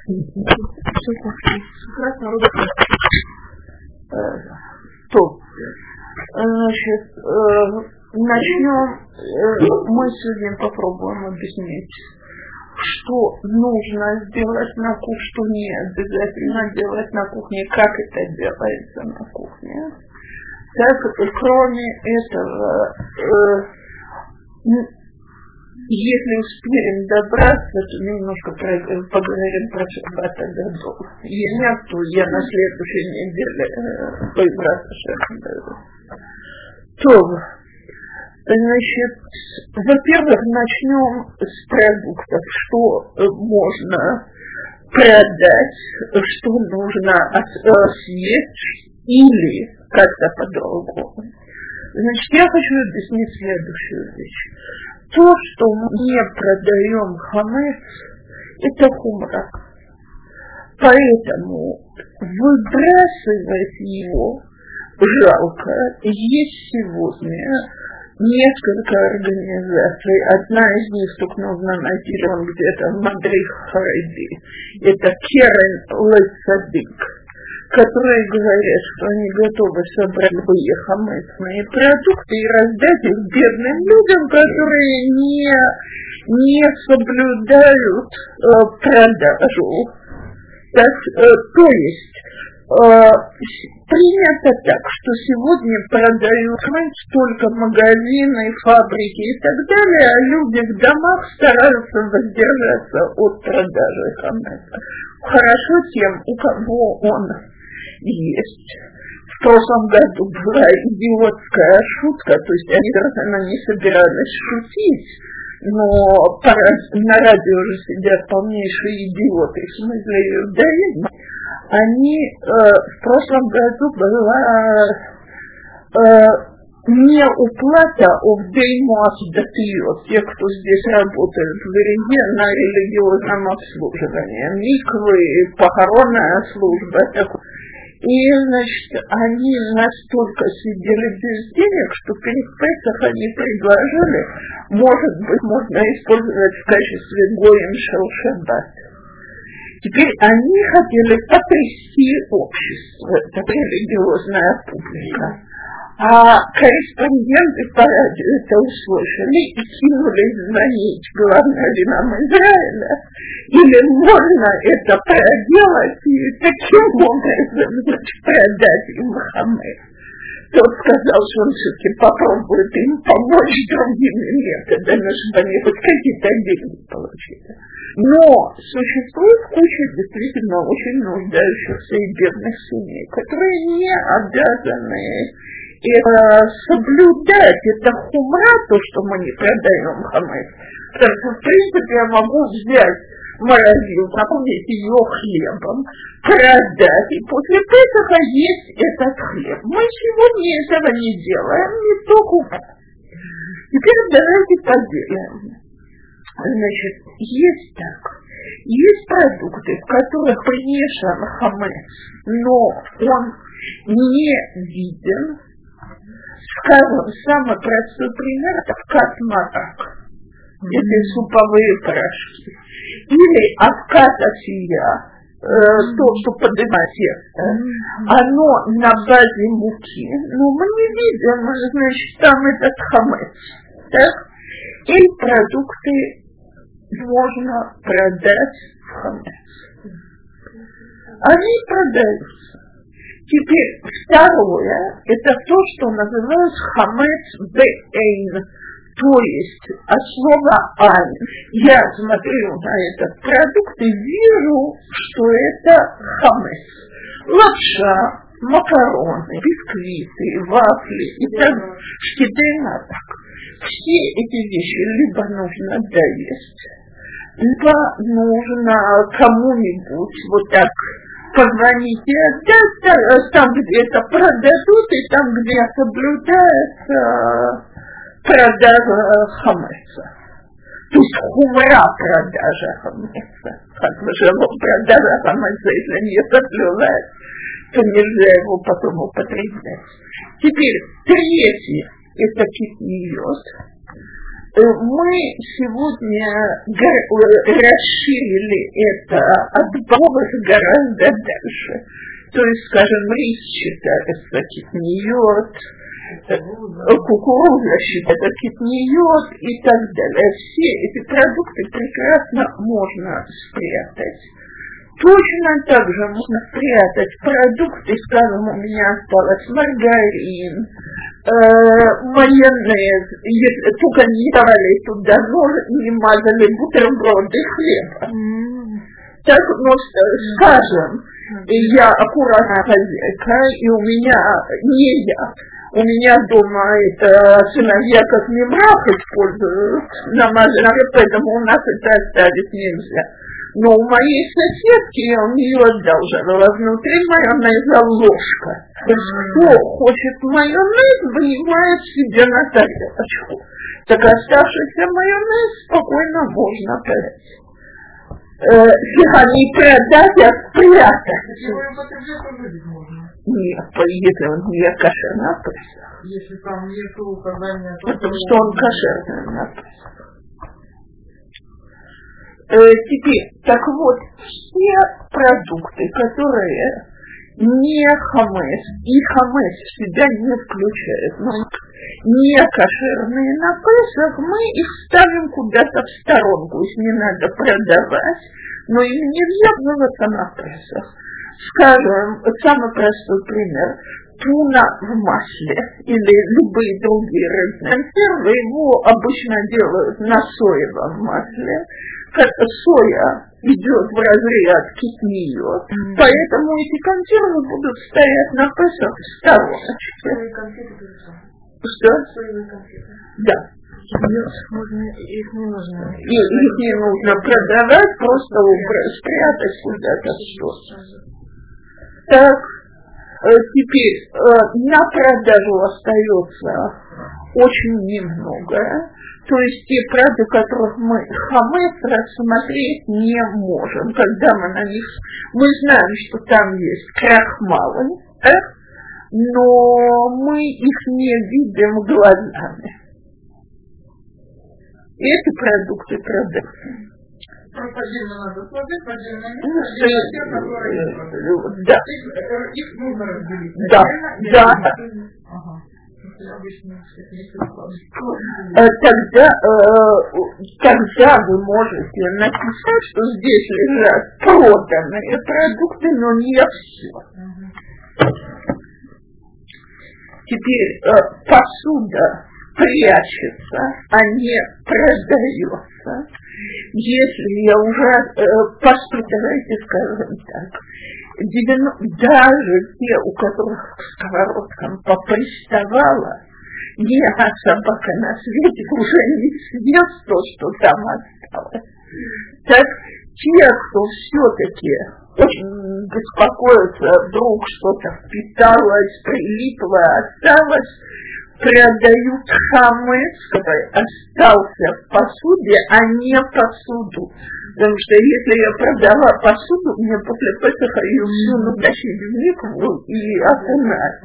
Значит, начнем. Мы сегодня попробуем объяснить, что нужно сделать на кухне, что не обязательно делать на кухне, как это делается на кухне. Так, кроме этого, если успеем добраться, то немножко поговорим про Шаббат Гадоль. Если нет, то я на следующей неделе поиграться Шаббат. То, значит, во-первых, начнем с продуктов, что можно продать, что нужно съесть или как-то по-другому. Значит, я хочу объяснить следующую вещь. То, что мы не продаем хамец, это хумра. Поэтому выбрасывать его жалко. Есть сегодня несколько организаций. Одна из них, только нужно найти где-то в Мадрих Харади. Это Керен Лецадик, которые говорят, что они готовы собрать любые хамецные продукты и раздать их бедным людям, которые не соблюдают продажу. Так, то есть принято так, что сегодня продают хамец только магазины, фабрики и так далее, а люди в домах стараются воздержаться от продажи хамеца. Хорошо тем, у кого он есть. В прошлом году была идиотская шутка, то есть они совершенно не собирались шутить, но на радио уже сидят полнейшие идиоты, в смысле иудаизма. Они в прошлом году была не уплата те, кто здесь работает в Риге на религиозном обслуживании, миквы, похоронная служба. И, значит, они настолько сидели без денег, что перед Песах они предложили, может быть, можно использовать в качестве гоем шел-шаббат. Теперь они хотели потрясти общество, это религиозная публика. А корреспонденты по радио это услышали и кинулись звонить главным Израиля. Или можно это проделать и таким образом, продать им хамец. Тот сказал, что он все-таки попробует им помочь другими методами, чтобы они хоть какие-то деньги получили. Но существует куча действительно очень нуждающихся и бедных семей, которые не обязаны соблюдать это хумра, то, что мы не продаем хамец. Потому что, в принципе, я могу взять морозилку, наполнить ее хлебом, продать, и после Песаха есть этот хлеб. Мы сегодня этого не делаем, не то хумра. Теперь давайте поделим. Значит, есть так. Есть продукты, в которых примешан хамец, но он не виден. Скажем, самый простой пример – авкат марак. Это суповые порошки. Или авкат асия, то, что поднимает тесто. Оно на базе муки, но мы не видим, значит, там этот хамец. Так? И продукты можно продать в хамец. Они продаются. Теперь второе, это то, что называют хамец бэйн, то есть от слова айн. Я смотрю на этот продукт и вижу, что это хамец. Лапша, макароны, бисквиты, вафли и так далее. Все эти вещи либо нужно доесть, либо нужно кому-нибудь вот так позвоните, там где-то продадут, и там, где соблюдается продажа хамеца. То есть хумра продажа хамеца. Как бы же продажа хамеца, если не соблюдается, то нельзя его потом употреблять. Теперь третье, это китниот. Мы сегодня расширили это от бобов гораздо дальше. То есть, скажем, рис считается китниот, кукуруза считается китниот и так далее. Все эти продукты прекрасно можно спрятать. Точно так же можно спрятать продукты, скажем, у меня осталось маргарин, майонез, если только не давали туда нож, не мазали бутерброды хлеба. Так, ну, скажем, я аккуратная хозяйка, и у меня не я. У меня дома это сыновья как мемрах используют на мазаре, поэтому у нас это оставить нельзя. Но у моей соседки, я у нее одолжила внутри майонеза ложка. Кто хочет майонез, выливает себе на тарелочку. Так оставшийся майонез спокойно можно подать. Не продать, а спрятать. Его употреблять тоже ведь можно. Нет, если он не кошер на Песах. Если там нету указания... Потому что он кошерный на Песах. Теперь, так вот, все продукты, которые не хамес, и хамес в себя не включает, но не кошерные на Песах, мы их ставим куда-то в сторонку, их не надо продавать, но им нельзя пользоваться на Песах. Скажем, самый простой пример. Туна в масле или любые другие рыбные консервы, его обычно делают на соевом масле. Соя идет в разряд китниот, поэтому эти консервы будут стоять на Песах в стороночке. Что? Да. Их не нужно. Их не нужно продавать, просто спрятать куда-то что-то. Так, теперь на продажу остается очень немного. То есть те продукты, которых мы хамес рассмотреть не можем, когда мы на них... Мы знаем, что там есть крахмалы, но мы их не видим глазами. Эти продукты продаются. Просто отдельно надо сложить, отдельно те, которые... Да. Их нужно разделить. Да, да. Ага. Тогда вы можете написать, что здесь лежат проданные продукты, но не все. Теперь посуда прячется, а не продается. Если я уже, давайте скажем так, даже те, у которых к сковородкам поприставала, ни одна собака на свете уже не съест то, что там осталось. Так те, кто все-таки очень беспокоится, вдруг что-то впиталось, прилипло, осталось, продают хамец, который остался в посуде, а не посуду. Потому что если я продала посуду, мне после Песаха ее всю натащили в микву и окунать.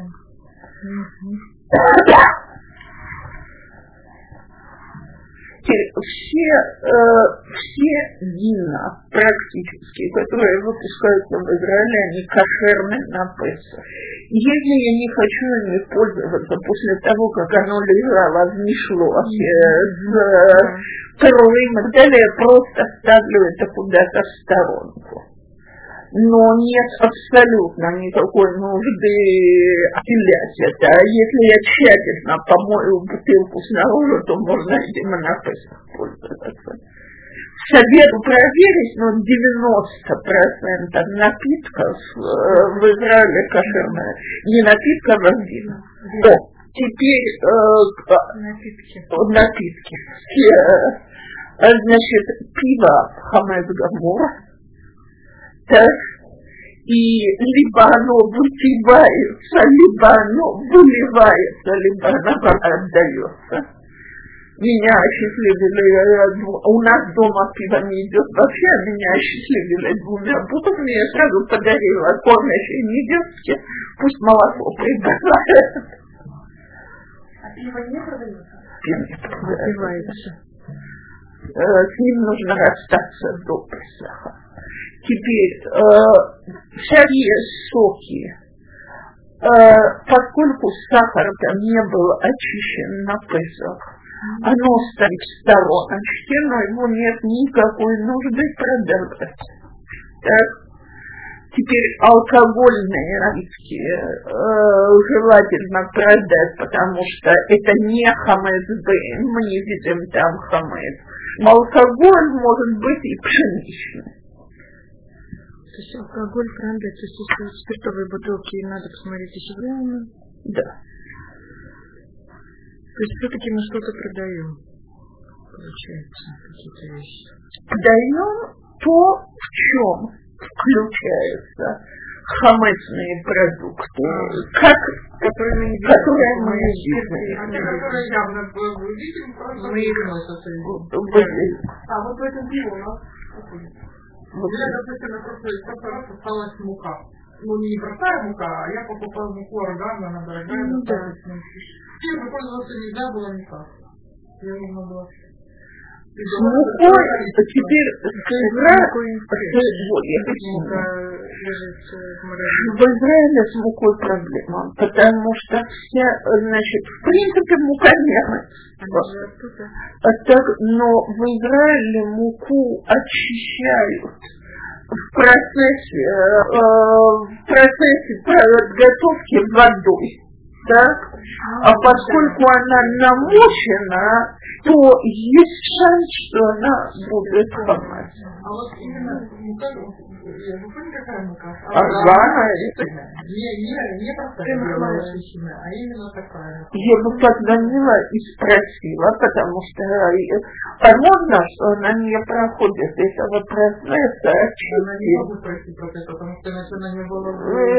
Все вина практически, которые выпускаются в Израиле, они кошерны на Песах. Если я не хочу ими пользоваться после того, как оно лежало в мишлохе с кровым и так далее, я просто ставлю это куда-то в сторонку. Но нет абсолютно никакой нужды отделять это. А если я тщательно помою бутылку снаружи, то можно этим и на Песах пользоваться. Советую проверить, но 90% напитков в Израиле кошерные. Не напитков, а вина. Теперь напитки. Значит, пиво хамец гамор. Так, и либо оно выпивается, либо оно выливается, либо оно отдается. Меня осчастливили, у нас дома пиво не идет вообще, меня осчастливили 2 бутылками, я сразу подарила кормящей невестке, пусть молоко прибавляет. А пиво не продается? терпение. Выпивается. С ним нужно расстаться до Песаха. Теперь всякие соки, поскольку сахар там не был очищен на Песах, оно стоит в стороночке, но ему нет никакой нужды продавать. Так? Теперь алкогольные напитки желательно продать, потому что это не хамец бейн, мы не видим там хамец. Алкоголь может быть и пшеничный. То есть алкоголь продать, то есть если в спиртовой бутылке надо посмотреть еще время. Да. То есть все-таки мы что-то продаем, получается, какие-то вещи. Продаем то, в чем включаются хамецные продукты, которые мы не видим. Которые явно видим, просто мы их носим. А вот в этом пиво у нас у меня, допустим, на прошлый раз осталась мука. Ну, не простая мука, а я покупала муку органную, она дорогая, достаточно. И пользоваться нельзя было никак. Я нужно было... С мукой, теперь в Израиле с мукой проблема, потому что все, значит, в принципе, мука не так, но в Израиле муку очищают в процессе подготовки водой. Так? А поскольку она намочена, то есть шанс, что она будет хамец. А вот именно мука, вы поняли, какая мука? Не простая белая очищенная, а именно такая. Я бы позвонила и спросила, потому что возможно, что она не проходит этого процесса очистки. Она не могу спросить про это, потому что иначе она не была...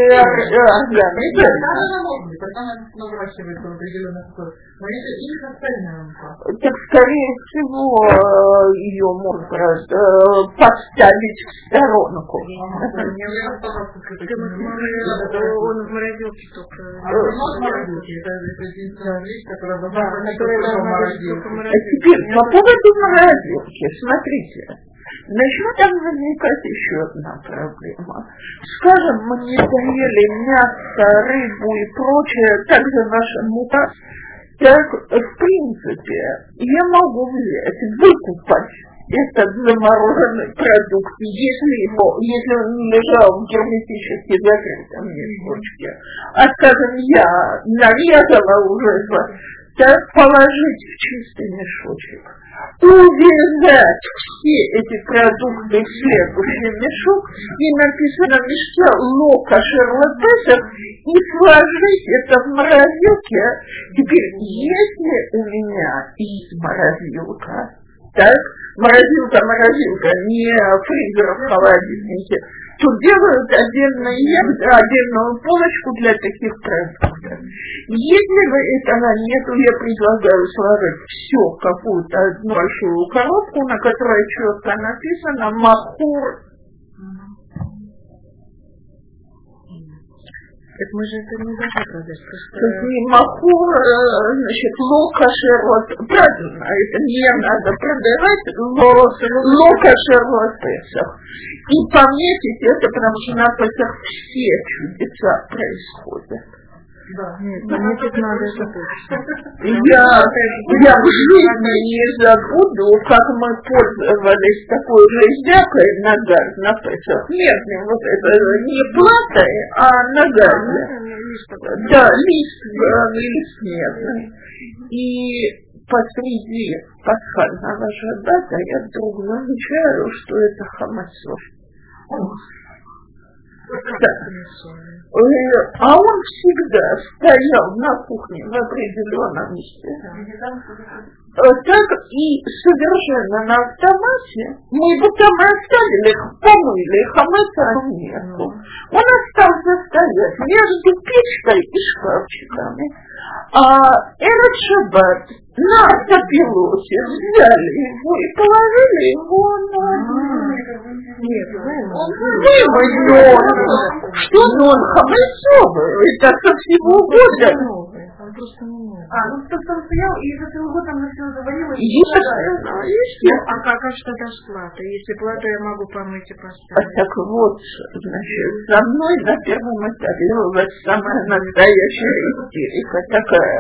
Она выращивается в определенных условиях. Но это их остальная мука. Так, скорее всего, ее можно поставить в сторонку. Он в морозилке только. В морозилке. Это единственная вещь, которая должна быть в морозилке. Теперь, по поводу морозилки, смотрите. Начнет там возникать еще одна проблема. Скажем, мы не доели мясо, рыбу и прочее, также наша мука. Так, в принципе, я могу взять, выкупать этот замороженный продукт, если он не лежал в герметически закрытом мешочке. А скажем, я нарезала уже, так положить в чистый мешочек, увязать все эти продукты в следующий мешок и написано в мешке лока шерлотесов и сложить это в морозилке. Теперь, если у меня есть морозилка, так, морозилка, не фризер в холодильнике, то делают отдельную полочку для таких продуктов. Если этого нету, я предлагаю сложить все в какую-то одну большую коробку, на которой четко написано «Махур». Так мы же это не должны продать, просто... Махур, значит, локашер, правильно, это не надо продавать, локашер Песах. И пометить это, потому что на Песах все чудеса происходят. Да, нет, пометить надо это точно. Я в жизни не забуду, как мы пользовались такой железякой на газ на Песах. Медным, вот это не платой, а на газе. Да, лист медный. И посреди пасхального шаббата я вдруг замечаю, что это хамасов. Да. А он всегда стоял на кухне в определенном месте. Так и совершенно на автомате. Мы его там оставили, помыли, хамаса нету. Он остался стоять между печкой и шкафчиками. А этот шаббат на автопилоте взяли его и положили его на... Нет, он что он хамасовый? Это со всего года. Он просто не новый. Ну кто там стоял, и за целый год там на все завалилось. Естественно. А что это с платой? Если плату я могу помыть и поставить. Так вот, значит, со мной на первом этапе была самая настоящая истерика такая.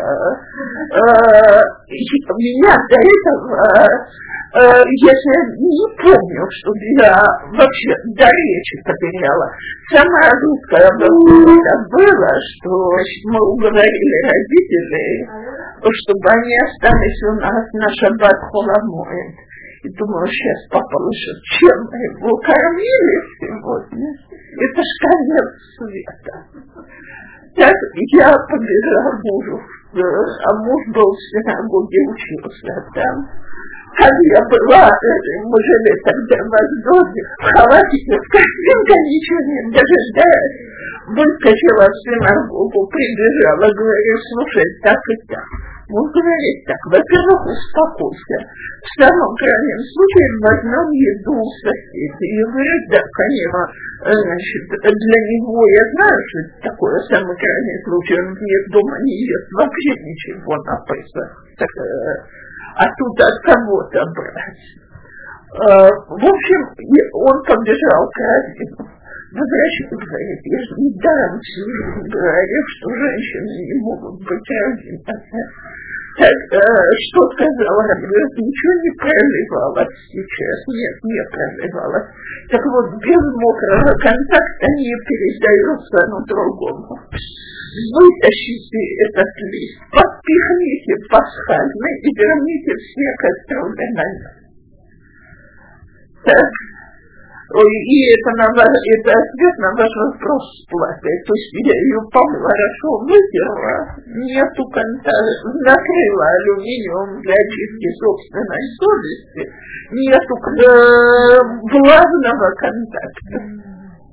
Меня до этого, я не помню, чтобы я вообще до речи потеряла. Самое жуткое было, что мы уговорили родителей, чтобы они остались у нас на шаббат Холомоэд. И думаю, сейчас папа лучше, чем мы его кормили сегодня. Это ж конец света. Так я побежала мужу, а муж был в синагоге, учился там. Как я была, мы жили тогда в Аздоде, в халатике, в картинке, ничего не дожидаясь. Выскочила в синагогу, прибежала, говорю, слушай, так и так. Он говорит так, во-первых, успокойся. В самом крайнем случае возьмем еду у соседей. Я говорю, да, конечно, значит, для него я знаю, что это такое самый крайний случай. Он нет дома, не ест вообще ничего на Песах. А тут от кого-то брать. В общем, он побежал к Равину. Возвращается, говорит, я же недаром всю жизнь говорю, что женщины не могут быть раввинами. Так, что сказала Равин? Ничего не проливалось сейчас. Нет, не проливалось. Так вот, без мокрого контакта не передается одно другому. Вытащите этот лист, подпихните пасхальный и верните все кастрюли на нем. Так. И это ответ на ваш вопрос с платой. То есть я ее хорошо вытерла, нету контакта, накрыла алюминием для очистки собственной совести, нету влажного контакта.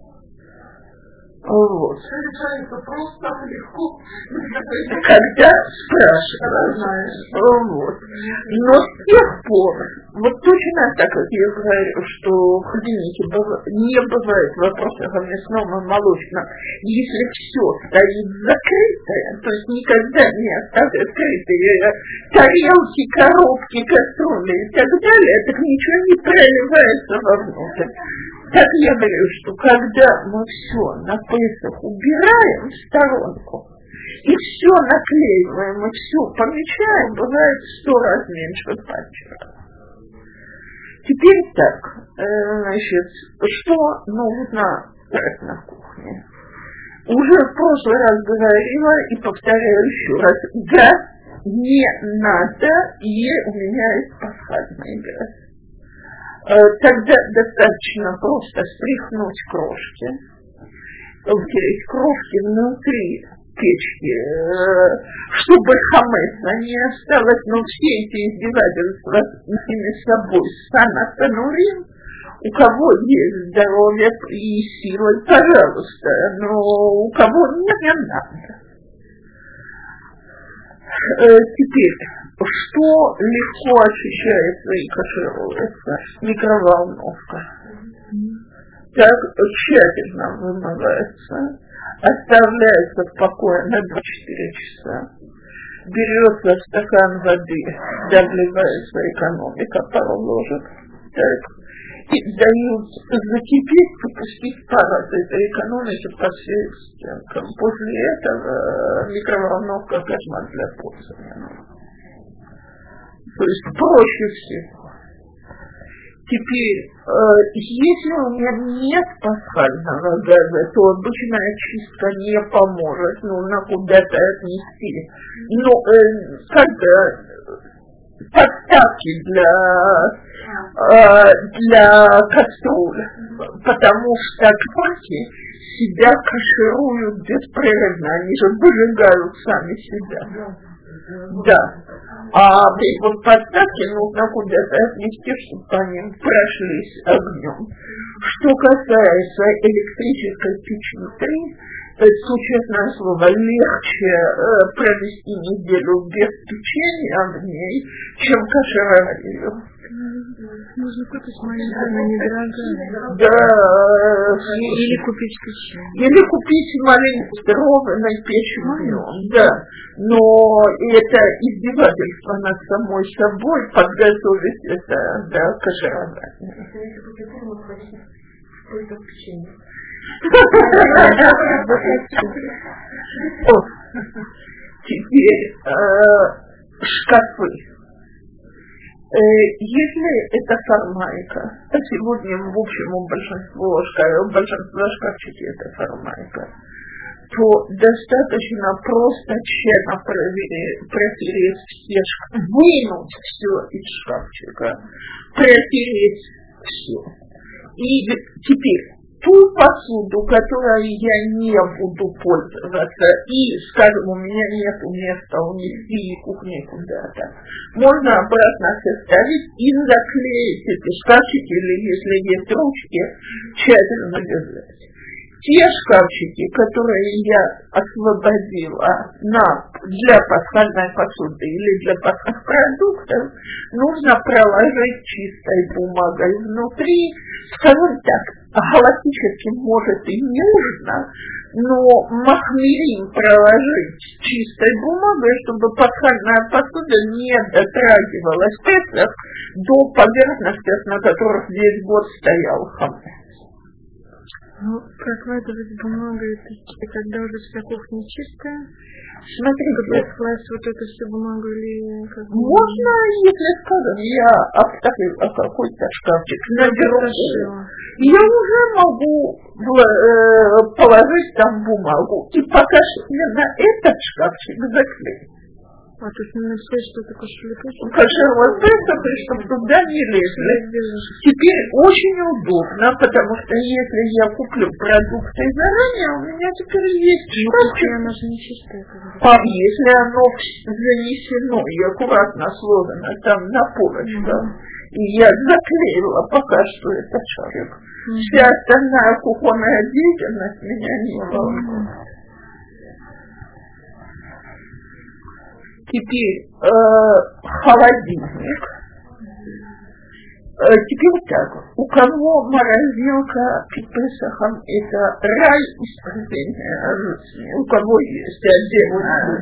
Вот. Просто легко. Когда спрашивают, вот. Но с тех пор, вот точно так, как я говорю, что в холодильнике не бывает вопросов о мясном и молочном, если все стоит закрытое, то есть никогда не оставят открытые тарелки, коробки, кастрюли и так далее, так ничего не проливается вовнутрь. Так я говорю, что когда мы все на Песах убираем в сторонку и все наклеиваем, и все помечаем, бывает 100 раз меньше пачек. Теперь так, значит, что нужно брать на кухне? Уже в прошлый раз говорила и повторяю еще раз. Газ не надо, и у меня есть пасхальный газ. Тогда достаточно просто стряхнуть крошки, утереть крошки внутри печки, чтобы хамеса не осталось, но все эти издевательства с собой санатанурим, у кого есть здоровье и силы, пожалуйста, но у кого нет, не надо. Теперь, что легко очищается и кашируется? Микроволновка. Так тщательно вымывается, оставляется в покое на 24 часа, берется стакан воды, доливается экономика, пару ложек, так, и дают закипеть, попустить пар от этой экономики по всей стенкам. После этого микроволновка кошмар для пользования. То есть проще всего. Теперь, если у меня нет пасхального газа, то обычная чистка не поможет, нужно куда-то отнести. Но как-то подставки для кастрюль, потому что кваки себя кашируют беспрерывно, они же выжигают сами себя. Да. А вот подставки нужно куда-то отнести, чтобы по ним прошлись огнем. Что касается электрической печи 3, то, честное слово, легче провести неделю без печенья в ней, чем кашировать ее. Можно купить маленькую, она недорогая. Да, Или купить печенье. Или купить маленькую здоровенную печенью, да. Но это издевательство над самой собой, подготовить это до каширования. Теперь шкафы. Если это формайка, а сегодня в общем большинство шкафчики это формайка, то достаточно просто тщательно протереть все шкафы, вынуть все из шкафчика, протереть все. И теперь ту посуду, которой я не буду пользоваться, и, скажем, у меня нет места унести и кухни куда-то, можно обратно составить и заклеить эти шкафчики, или, если есть ручки, тщательно держать. Те шкафчики, которые я освободила для пасхальной посуды или для пасхальных продуктов, нужно проложить чистой бумагой внутри. Скажем так, галактически может и не нужно, но махмирим проложить чистой бумагой, чтобы пасхальная посуда не дотрагивалась Песах до поверхностей, на которых весь год стоял хамец. Ну, прокладывать бумагой, это когда уже вся кухня чистая? Смотрите, класть вот эту всю бумагу или... Можно, если, скажем, я обставила какой-то шкафчик на другой, я уже могу положить там бумагу и пока что на этот шкафчик заклеить. А то есть не написать, что это кошелек? Кошелек Песах, чтобы туда не лезли. Теперь очень удобно, потому что если я куплю продукты заранее, у меня теперь есть шкафчик. Оно же не чистое. Если оно занесено и аккуратно сложено там на полочках, и я заклеила пока что этот шарик, вся остальная кухонная деятельность меня не волнует. Теперь холодильник. Теперь так, у кого морозилка перед Песахом это рай исправления жизни, у кого есть отдельно.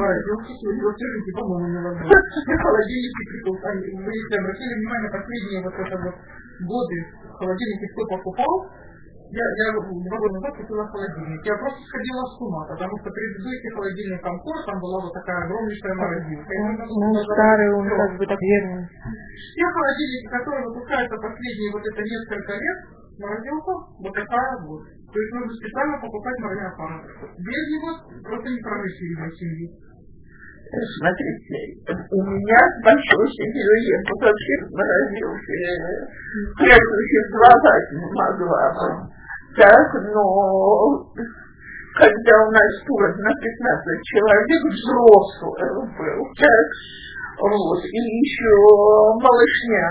Холодильники, вы если обратили внимание, последние вот это вот годы холодильники кто покупал, я 2 года назад купила холодильник. Я просто сходила с ума, потому что предыдущий холодильник Комфорт, там была вот такая огромнейшая морозилка. Ну, старый он как бы так верный. Все холодильники, которые выпускаются последние вот это несколько лет, морозилка вот такая вот. То есть нужно специально покупать морозильный аппарат. Без него просто не прожить в семье. Смотрите, у меня большой семьей я бы вообще в морозилке существовать не могла бы. Так, но когда у нас тур на 15 человек взрослый был, так, вот, и еще малышня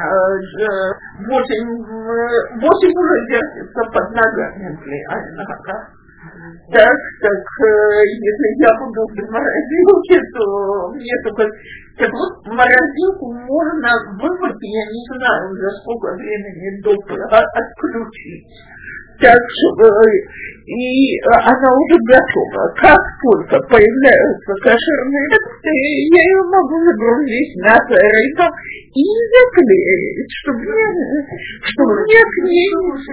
8 уже держится под ногами, Так, если я буду в морозилке, то мне только... Так вот, морозилку можно вымыть, я не знаю, за сколько времени до отключить. Так, и она уже готова. Как только появляются кошерные рецепты, я ее могу загрузить на сайт и заклеить, чтобы мне к ней...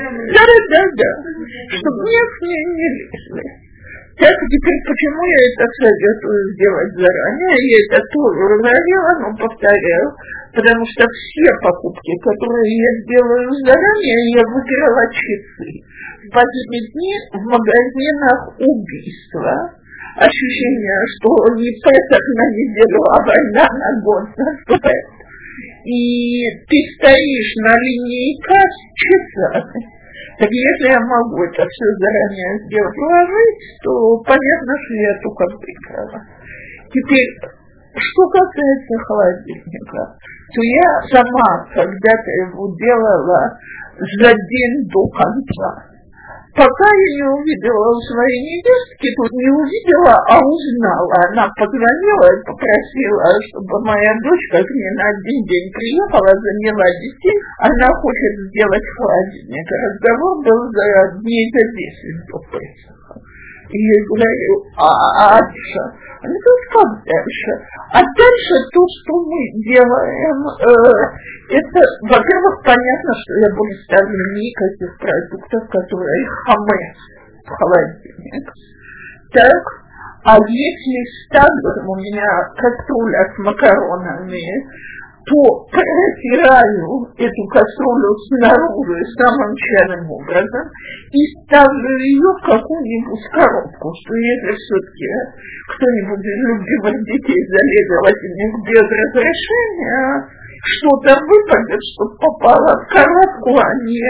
чтобы мне к ней не лезли. Так, теперь почему я это советую сделать заранее? Я это тоже говорила, но повторяю, потому что все покупки, которые я делаю заранее, я выбирала часы. В последние дни в магазинах убийства. Ощущение, что не Песах на неделю, а война на год наступает. И ты стоишь на линии касс часами. Так если я могу это все заранее сделать, положить, то понятно, что я только выиграла. Теперь, что касается холодильника, то я сама когда-то его делала за день до конца. Пока я не увидела у своей невестки, тут не увидела, а узнала. Она позвонила и попросила, чтобы моя дочка к ней на один день приехала, заняла детей. Она хочет сделать холодильник. Разговор был дней за 10 до Песаха. И я говорю, а дальше? Она говорит, как дальше? А дальше то, что мы делаем, это, во-первых, понятно, что я больше ставлю никаких продуктов, которые хамец в холодильник. Так, а если ставлю, у меня кастрюля с макаронами, то протираю эту кастрюлю снаружи самым тщательным образом и ставлю ее в какую-нибудь коробку, что если все-таки кто-нибудь из любимых детей залезет в холодильник без разрешения, что-то выпадет, чтобы попало в коробку, а не...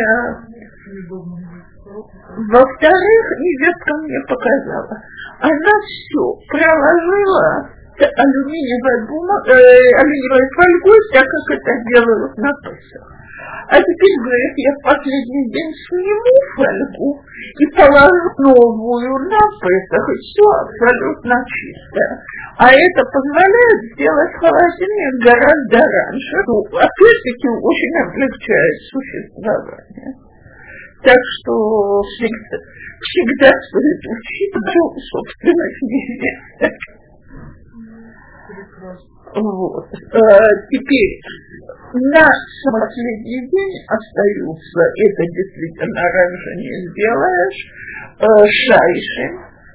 Во-вторых, невестка мне показала, она все проложила алюминиевой фольгой, так как это делают на Песах. А теперь, говорит, я в последний день сниму фольгу и положу новую на Песах, и все абсолютно чисто. А это позволяет сделать холодильник гораздо раньше. Ну, опять-таки, очень облегчает существование. Так что всегда стоит учить собственных невесток. Вот. Теперь на последний день остаются, это действительно раньше не сделаешь, шайши,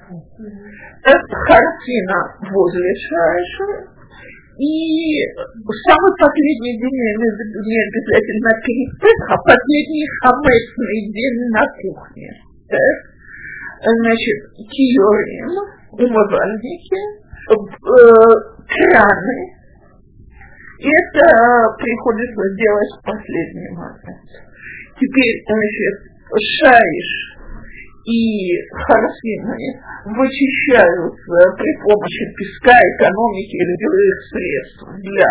хартина возле шайши, и самый последний день, не обязательно перед Песахом, а последний хамецный день на кухне. Так? Значит, киорим, умывальники, краны. И это приходится делать в последний момент. Теперь, значит, шайш и харсины вычищаются при помощи песка, экономики или других средств для...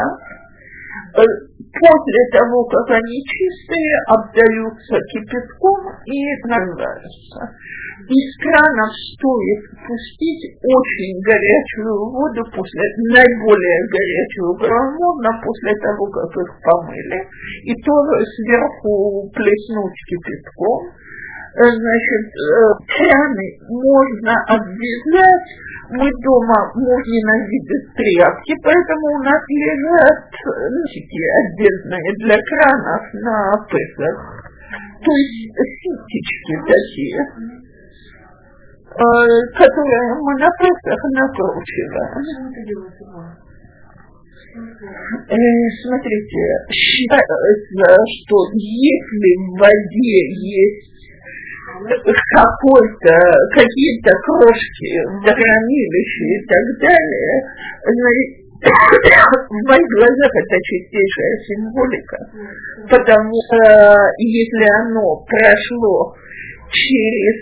После того, как они чистые, обдаются кипятком и нагреваются. Из кранов стоит пустить очень горячую воду, наиболее горячую можно после того, как их помыли, и тоже сверху плеснуть кипятком. Значит, краны можно обвязать. Мы дома муж ненавидит тряпки, поэтому у нас лежат носики отдельные для кранов на Песах. То есть ситечки такие, которые мы на Песах накручиваем. Смотрите, считается, что если в воде есть какие-то крошки в хранилище и так далее, в моих глазах это чистейшая символика, потому что если оно прошло через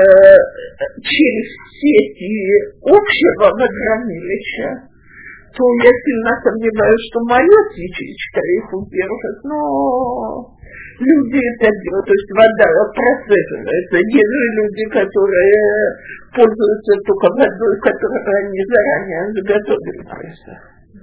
сети общего хранилища, то я сильно сомневаюсь, что моя свечечка их удержит, но люди это делают, то есть вода процеживается. Есть же люди, которые пользуются только водой, которую они заранее заготовили на Песах.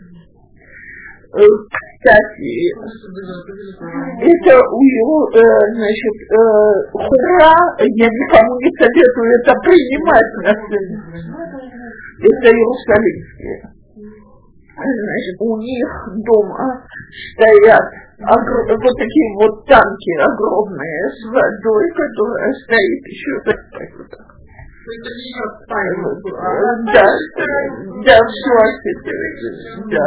Кстати, это у него, значит, хура, я никому не советую это принимать на сцене. Это иерусалимские. Значит, у них дома стоят вот такие вот танки огромные с водой, которая стоит еще так. Да, все осветливается, да.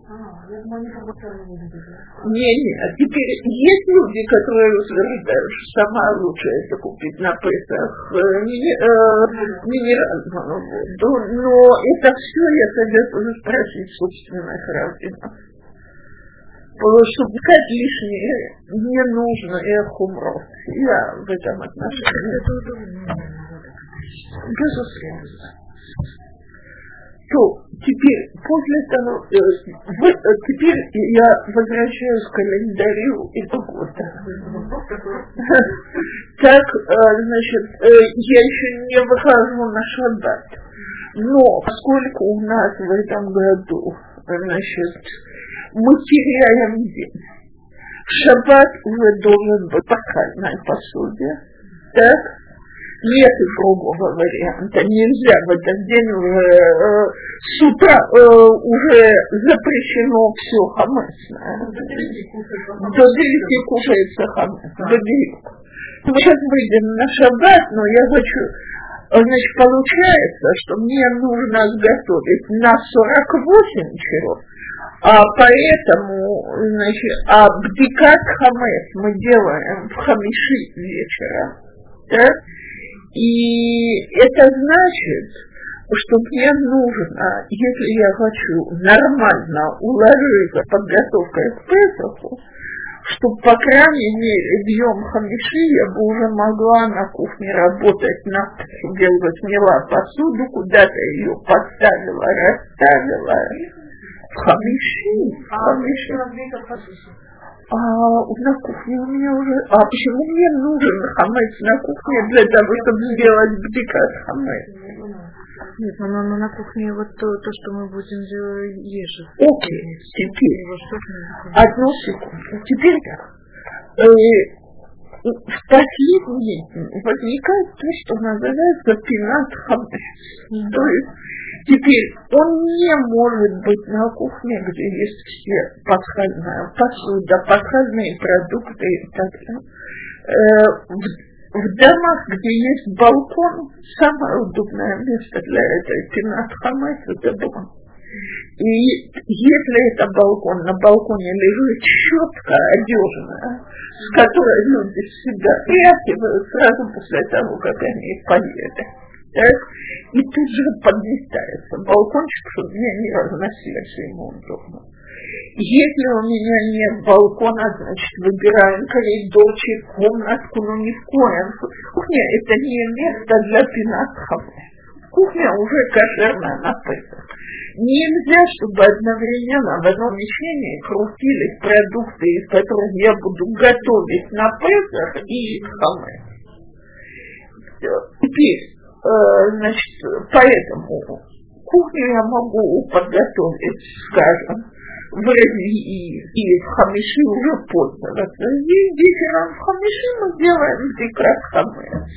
Нет, теперь есть люди, которые утверждают, что самое лучшее это купить на Песах минеральную воду, но это все я советую спросить собственных раввинов. Чтобы искать лишнее не нужно и хумров. Я в этом отношении. Безусловно. то теперь, после того, теперь я возвращаюсь к календарю этого года. Так, значит, я еще не выхожу на шаббат. Но поскольку у нас в этом году, значит, мы теряем день, шаббат уже должен быть в пасхальной посуде, так? Нет другого варианта. Нельзя в этот день уже с утра уже запрещено все хамесное. До 9 кушается хамес. До 9. Мы сейчас выйдем на шаббат, но я хочу... Значит, получается, что мне нужно сготовить на 48 часов, а поэтому, значит, бдикат хамес мы делаем в хамиши вечером, так? И это значит, что мне нужно, если я хочу нормально уложиться подготовкой к Песаху, чтобы, по крайней мере, в Йом Хамиши я бы уже могла на кухне работать, делать, мела посуду, куда-то ее поставила, расставила. В Хамиши. На кухне у меня уже... почему мне нужен хамец на кухне для того, чтобы сделать бдикат хамец? Нет, но на кухне вот то, что мы будем есть. Окей, теперь. Одну секунду. Теперь так. В последние дни возникает то, что называется пинат хамец. То есть теперь он не может быть на кухне, где есть все пасхальная посуда, пасхальные продукты и так далее. В домах, где есть балкон, самое удобное место для этой пинат хамец – это дом. И если это балкон, на балконе лежит щетка одежная, с которой люди всегда тряхивают сразу после того, как они поели. Так? И тут же подметается балкончик, чтобы меня не разносилось, ему удобно. Если у меня нет балкона, значит, выбираем коридорчик, комнатку, но ни в коем. Кухня – это не место для пинат хамец. Кухня уже кошерная на Песах. Нельзя, чтобы одновременно в одном помещении крутились продукты, из которых я буду готовить на Песах и хамец. Теперь, значит, поэтому кухню я могу подготовить, скажем, в Ревии и в Хамиши уже пользоваться. И вечером в Хамиши мы делаем бдикат хамец.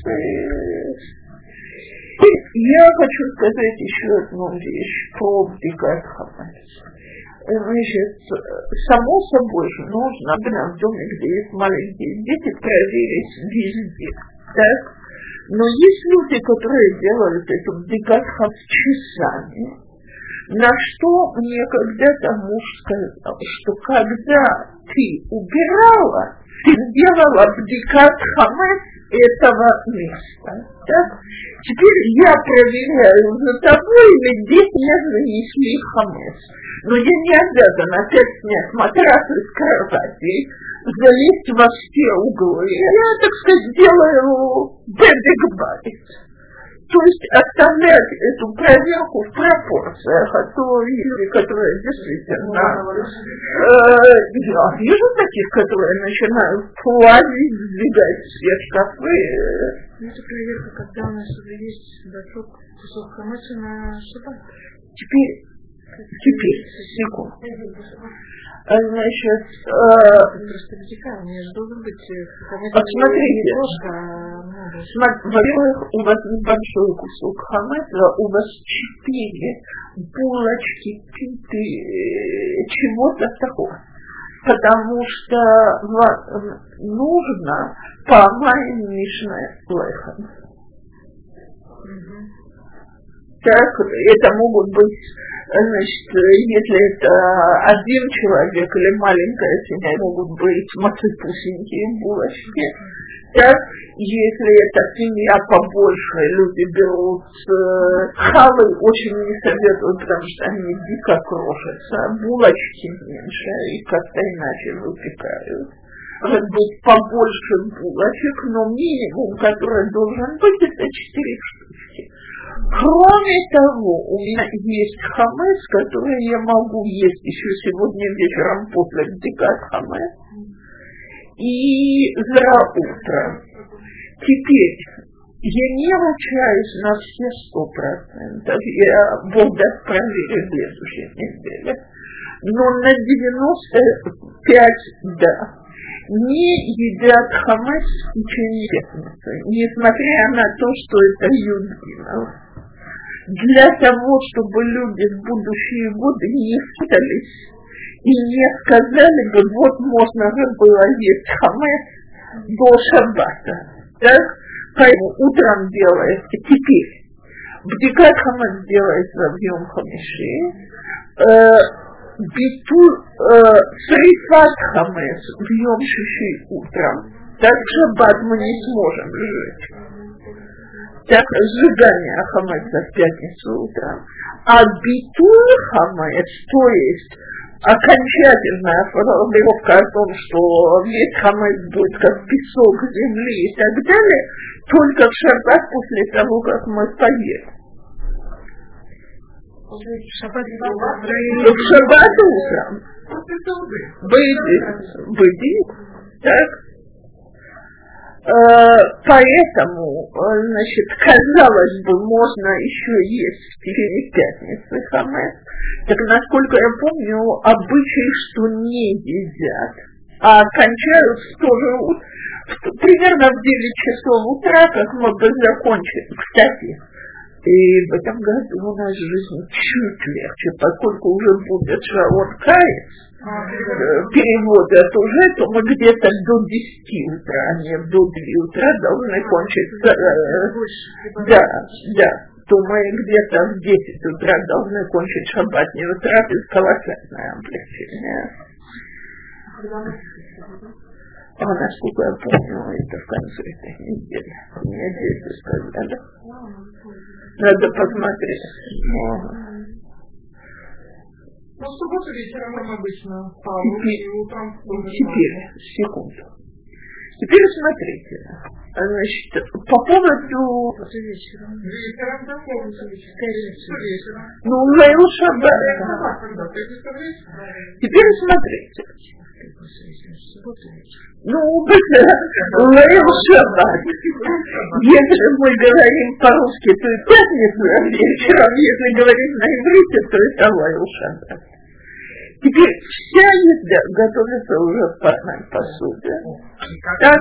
Я хочу сказать еще одну вещь про бдикат хамец. Значит, само собой же нужно в доме, где есть маленькие дети, проверить везде. Так? Но есть люди, которые делают эту бдикат хамец часами. На что мне когда-то муж сказал, что когда ты убирала, ты сделала бдикат хамец этого места. Так? Теперь я проверяю за тобой, или дети не занесли хамец. Но я не обязана опять снять матрасы с кровати, залезть во все углы. Я, так сказать, делаю бэдик-байт. То есть оставлять эту проверку в пропорциях, а то люди, которые действительно... Я вижу таких, которые начинают плавить, сдвигать все шкафы. Это проверка, когда у нас уже есть большой кусок хамеца на шаббат. Теперь, секунду. Значит, просто вытекаем, мне же должен быть посмотрите, во-первых, у вас небольшой кусок хамеца, у вас 4 булочки питы чего-то такого, потому что нужно помаять мишне лехем. Так, это могут быть, значит, если это один человек или маленькая семья, могут быть мацепусенькие булочки. Так, если это семья побольше, люди берут халы, очень не советуют, потому что они дико крошатся, булочки меньше и как-то иначе выпекают. Может быть побольше булочек, но минимум, который должен быть, это 4 штучки. Кроме того, у меня есть хамец, который я могу есть еще сегодня вечером после бдикат хамец и за утро. Теперь я не ручаюсь на все 100%. Я, Бог даст, проверю в следующей неделе. Но на 95% да. Не едят хамец в течение пятницы, несмотря на то, что это юдгинов. Для того, чтобы люди в будущие годы не спутались и не сказали бы, вот можно же было есть хамец до шаббата. Так? Поэтому утром делается, теперь бдикат хамец делается в Йом Хамиши, битуль срифат хамец в Йом Шиши утром, так в шаббат мы не сможем жить. Так, сжигание хамеца в пятницу утром. А битуль хамец, то есть окончательная формулировка о том, что весь хамец будет как песок земли и так далее, только в шаббат после того, как мы поели. В шаббат утром. Быдит. Так. Поэтому, значит, казалось бы, можно еще есть в течение пятницы хамец. Так, насколько я помню, обычай, что не едят, а кончают тоже примерно в 9 часов утра, как мы бы закончили. Кстати, и в этом году у нас жизнь чуть легче, поскольку уже будет Шаон Каец, переводят уже, то мы где-то до 10 утра, а не до 2 утра должны кончиться. Да, то мы где-то в 10 утра должны кончить шаббатную трапезу, колоссальное облегчение. А насколько я помню, это в конце этой недели. Мне дети сказали. Надо посмотреть. Ну, в субботу вечером обычно. Теперь, секунду. Теперь смотрите. Значит, по поводу... Вечером, да, вечером. Ну, Лейл Шаббат. Теперь смотрите. Ну, Лейл Шаббат. Если мы говорим по-русски, то и пятница вечером. Если говорить на иврите, то это Лейл Шаббат. Теперь вся еда готовится уже в парной посуде. Так?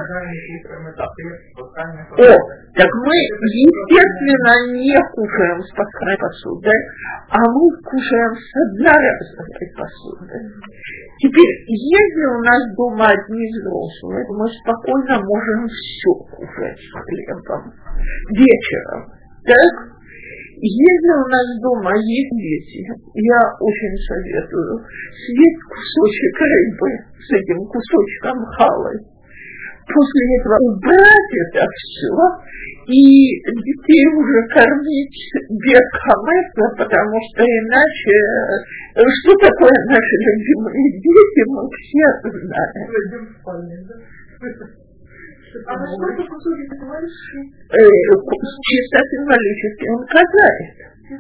Так мы, естественно, не кушаем с парной посудой, а мы кушаем с одноразовой посуды. Теперь, если у нас дома одни взрослые, мы спокойно можем все кушать с хлебом вечером. Так? Если у нас дома есть дети, я очень советую съесть кусочек рыбы с этим кусочком халы. После этого убрать это все и детей уже кормить без хамеца, потому что иначе, что такое наши любимые дети, мы все знаем. А на что это кусочек символический? Чисто символически он казает.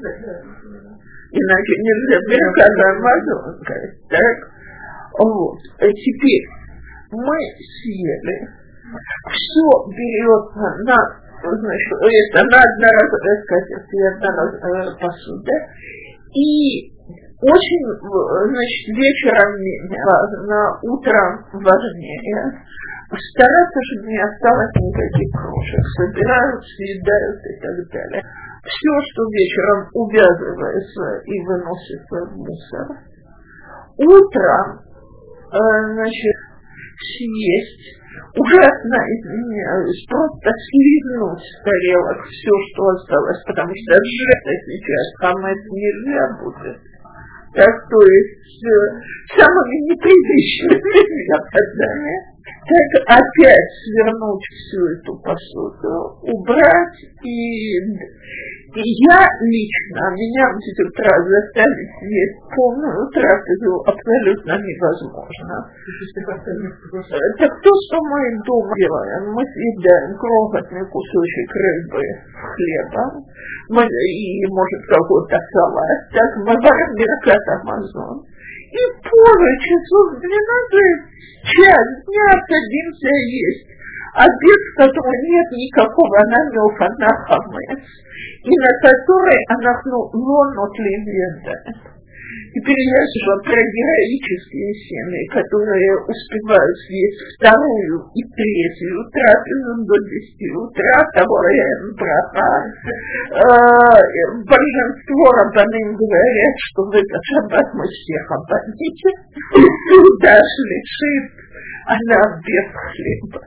Иначе нельзя переказать мазонкой. Так? Вот. Теперь мы съели. Все берется на, значит, это на одноразовой скатерти и одноразовой посуде. И очень, значит, вечером менее важно, утром важнее. Стараться, чтобы не осталось никаких крошек. Собирают, съедают и так далее. Все, что вечером увязывается и выносится в мусор. Утром, значит, съесть, ужасно извиняюсь, просто слизнуть с тарелок все, что осталось, потому что это сейчас хамец нельзя будет. Так, то есть, самыми неприличными методами. Так, опять свернуть всю эту посуду, убрать и Я лично, меня в 10 утра заставить съесть полную трапезу абсолютно невозможно. Так то, что мы дома делаем, мы съедаем крохотный кусочек рыбы с хлебом, и, может, какой-то салат, так мы варим Беркат Амазон. И позже, часов 12, час дня садимся есть. Обед, в котором нет никакого намека на хамец, и на который он отлевает. Теперь я слышала про героические семьи, которые успевают съесть вторую и третью трапезу до 10 утра, того браха. Большинство рабаним говорят, что в этот шаббат мы всех ободите, даже лишит она без хлеба.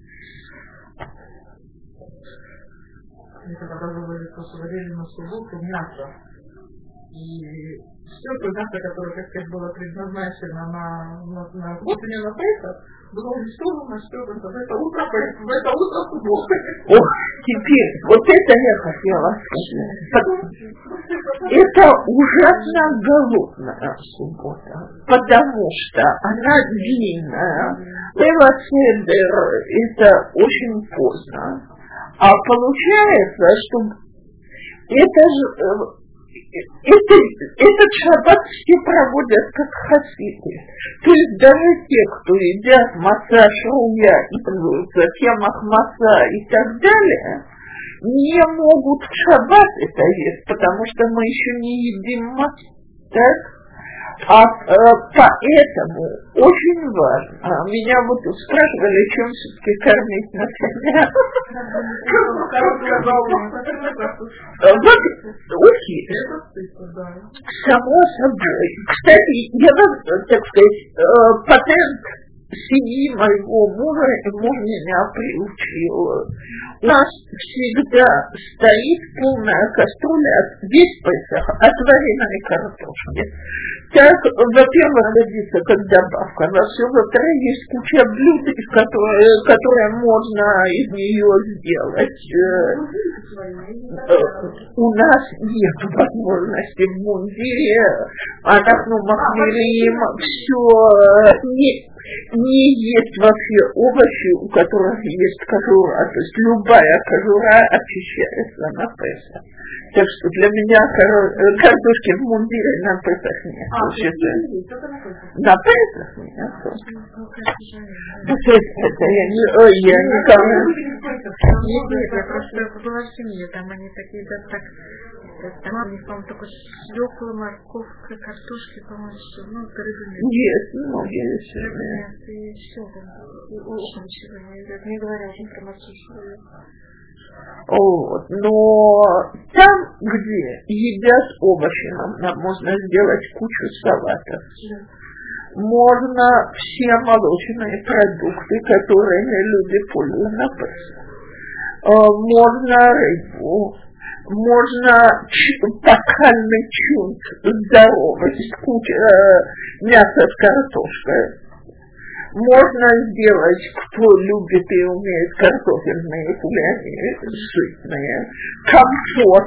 Это показывали, что сварили на субботу мясо. И все то мясо, которое, как сказать, было предназначено на Песах, было уничтожено, что это утро субботы. Ох, теперь, вот это я хотела сказать. Это ужасно голодная суббота, потому что она длинная. Лева-седер это очень поздно. А получается, что этот шаббат все проводят как хасиды. То есть даже те, кто едят масса шруя и кемах масса и так далее, не могут в шаббат это есть, потому что мы еще не едим массу. Так? Поэтому очень важно. Меня вот спрашивали, чем все-таки кормить на себя. Вот ухи. Само собой. Кстати, я вам, так сказать, патент семьи моего мужа меня приучил. У нас всегда стоит полная кастрюля весь Песах отваренной картошки. Так, во-первых, годится как добавка на все. Во-вторых, есть куча блюд, которые можно из нее сделать. У нас нет возможности в мундире. Махмирим, все не есть вообще овощи, у которых есть кожура. То есть любая кожура очищается на Песах. Так что для меня картошки в мундире на Песах нет. На Песах нет. Это я никому... Нет, я просто была в семье, там они такие, да, так... Там у них, по-моему, только свекла, морковка, картошки, по-моему, все. Рыбы. Есть, многие вещи. И все. Очень сегодня. Не говоря уже про морковку. Вот. Но там, где едят овощи, нам можно сделать кучу салатов. Да. Можно все молочные продукты, которыми люди пользуются на Песах. Можно рыбу. Можно пасхальный чунт здоровый, мясо с картошкой. Можно сделать, кто любит и умеет картофельные пюре, сытные. Компот.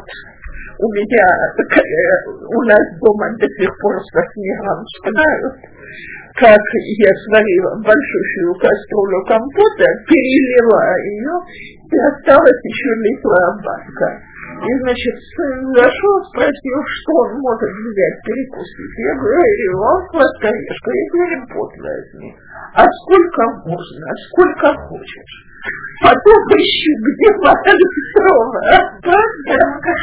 У нас дома до сих пор со снегом знают, как я сварила большущую кастрюлю компота, перелила ее, и осталась еще литровая банка. И, значит, сын зашел, спросил, что он может взять, перекусить. Я говорю, он сладкоежка. Я говорю, вот возьми. А сколько можно, сколько хочешь. Потом ищу, где моя литровая банка.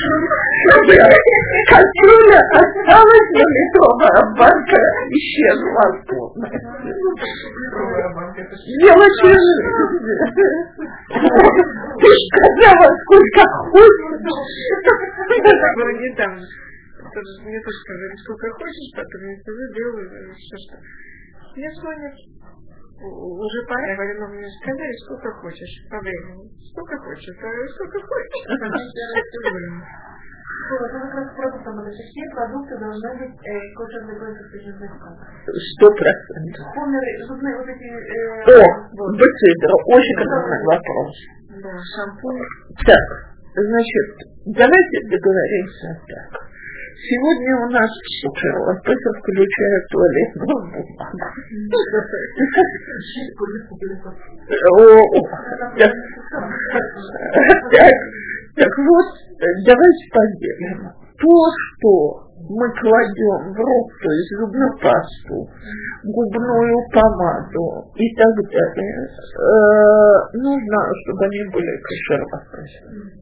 Кастрюля осталась, но литровая банка исчезла полностью. Мелочи жизни. Ты сказала, сколько хочешь. Не там. Мне тоже сказали, сколько хочешь, потом я делаю что. Мне звонят. Уже пора, я говорю, мне сказали, сколько хочешь по времени. Сколько хочешь, сколько хочешь. Все продукты должны быть кошерной кошерной. 100%. Зубные вот эти... Бецедра, очень хороший вопрос. Да, шампунь. Так, Значит, давайте договоримся так. Сегодня у нас Песах включает туалетную бумагу. Так вот, давайте поделим. То, что мы кладем в рот, то есть зубную пасту, губную помаду и так далее, нужно, чтобы они были кошерные.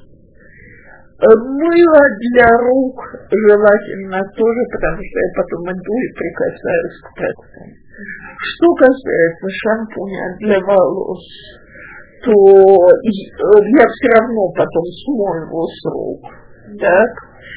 Мыло для рук желательно тоже, потому что я потом иду и прикасаюсь к пальцам. Что касается шампуня для волос, то я все равно потом смою его с рук. Так?